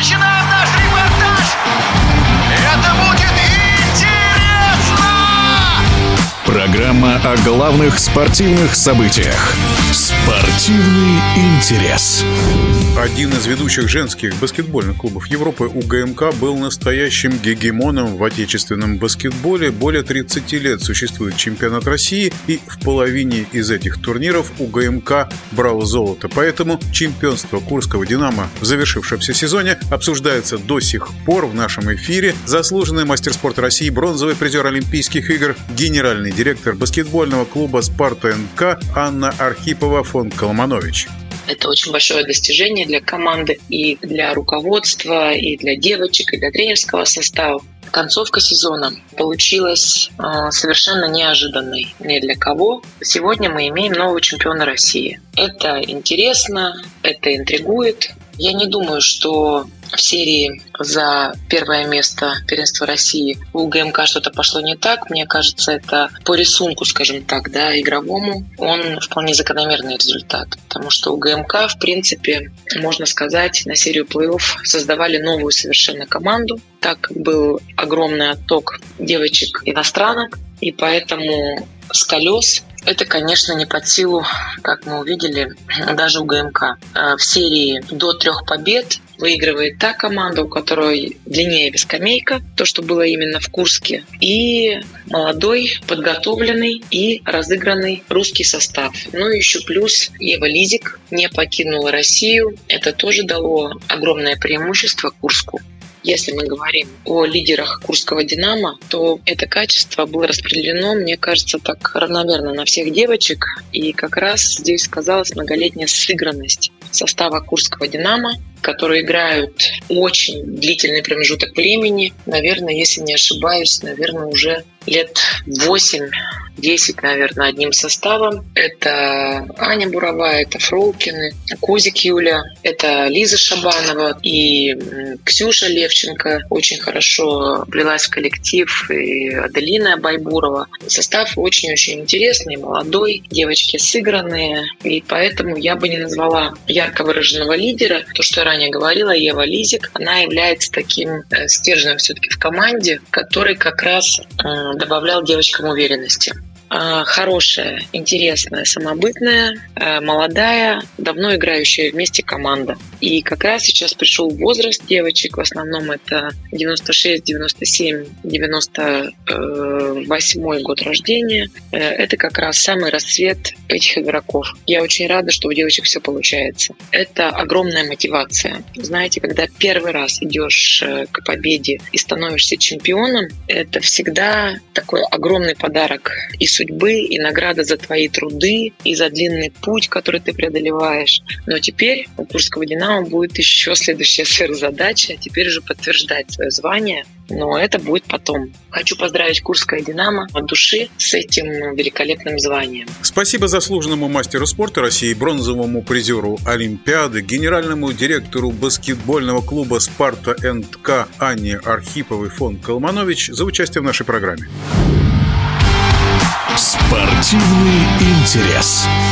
начинаем наш репортаж. Это будет интересно! Программа о главных спортивных событиях. Спортивный интерес. Один из ведущих женских баскетбольных клубов Европы, УГМК, был настоящим гегемоном в отечественном баскетболе. Более 30 лет существует чемпионат России, и в половине из этих турниров УГМК брал золото. Поэтому чемпионство Курского «Динамо» в завершившемся сезоне обсуждается до сих пор в нашем эфире. Заслуженный мастер спорта России, бронзовый призер Олимпийских игр, генеральный директор баскетбольного клуба «Спарта НК» Анна Архипова фон Колманович. Это очень большое достижение для команды и для руководства, и для девочек, и для тренерского состава. Концовка сезона получилась совершенно неожиданной ни для кого. Сегодня мы имеем нового чемпиона России. Это интересно, это интригует. Я не думаю, что в серии за первое место первенства России у УГМК что-то пошло не так. Мне кажется, это по рисунку, скажем так, игровому, он вполне закономерный результат. Потому что УГМК, в принципе, можно сказать, на серию плей-офф создавали новую совершенно команду, так как был огромный отток девочек-иностранок, и поэтому с колес это, конечно, не под силу, как мы увидели, даже УГМК. В серии до 3 побед выигрывает та команда, у которой длиннее скамейка, то, что было именно в Курске, и молодой, подготовленный и разыгранный русский состав. Ну и еще плюс Ева Лизик не покинула Россию. Это тоже дало огромное преимущество Курску. Если мы говорим о лидерах Курского «Динамо», то это качество было распределено, мне кажется, так равномерно на всех девочек. И как раз здесь сказалась многолетняя сыгранность состава Курского «Динамо», которые играют очень длительный промежуток времени. Наверное, если не ошибаюсь, уже лет 8-10, наверное, одним составом. Это Аня Буровая, это Фролкины, Козик Юля, это Лиза Шабанова и Ксюша Левченко очень хорошо влилась в коллектив, и Аделина Байбурова. Состав очень-очень интересный, молодой, девочки сыгранные, и поэтому я бы не назвала ярко выраженного лидера. То, что я ранее говорила, Ева Лизик, она является таким стержнем все-таки в команде, который как раз добавлял девочкам уверенности. Хорошая, интересная, самобытная, молодая, давно играющая вместе команда. И как раз сейчас пришел возраст девочек, в основном это 96, 97, 98 год рождения. Это как раз самый расцвет этих игроков. Я очень рада, что у девочек все получается. Это огромная мотивация. Знаете, когда первый раз идешь к победе и становишься чемпионом, это всегда такой огромный подарок и судьбы, и награда за твои труды, и за длинный путь, который ты преодолеваешь. Но теперь у Курского «Динамо» будет еще следующая сверхзадача, теперь уже подтверждать свое звание, но это будет потом. Хочу поздравить Курское «Динамо» от души с этим великолепным званием. Спасибо заслуженному мастеру спорта России, бронзовому призеру Олимпиады, генеральному директору баскетбольного клуба «Спарта НК» Анне Архиповой фон Колманович за участие в нашей программе. Спортивный интерес.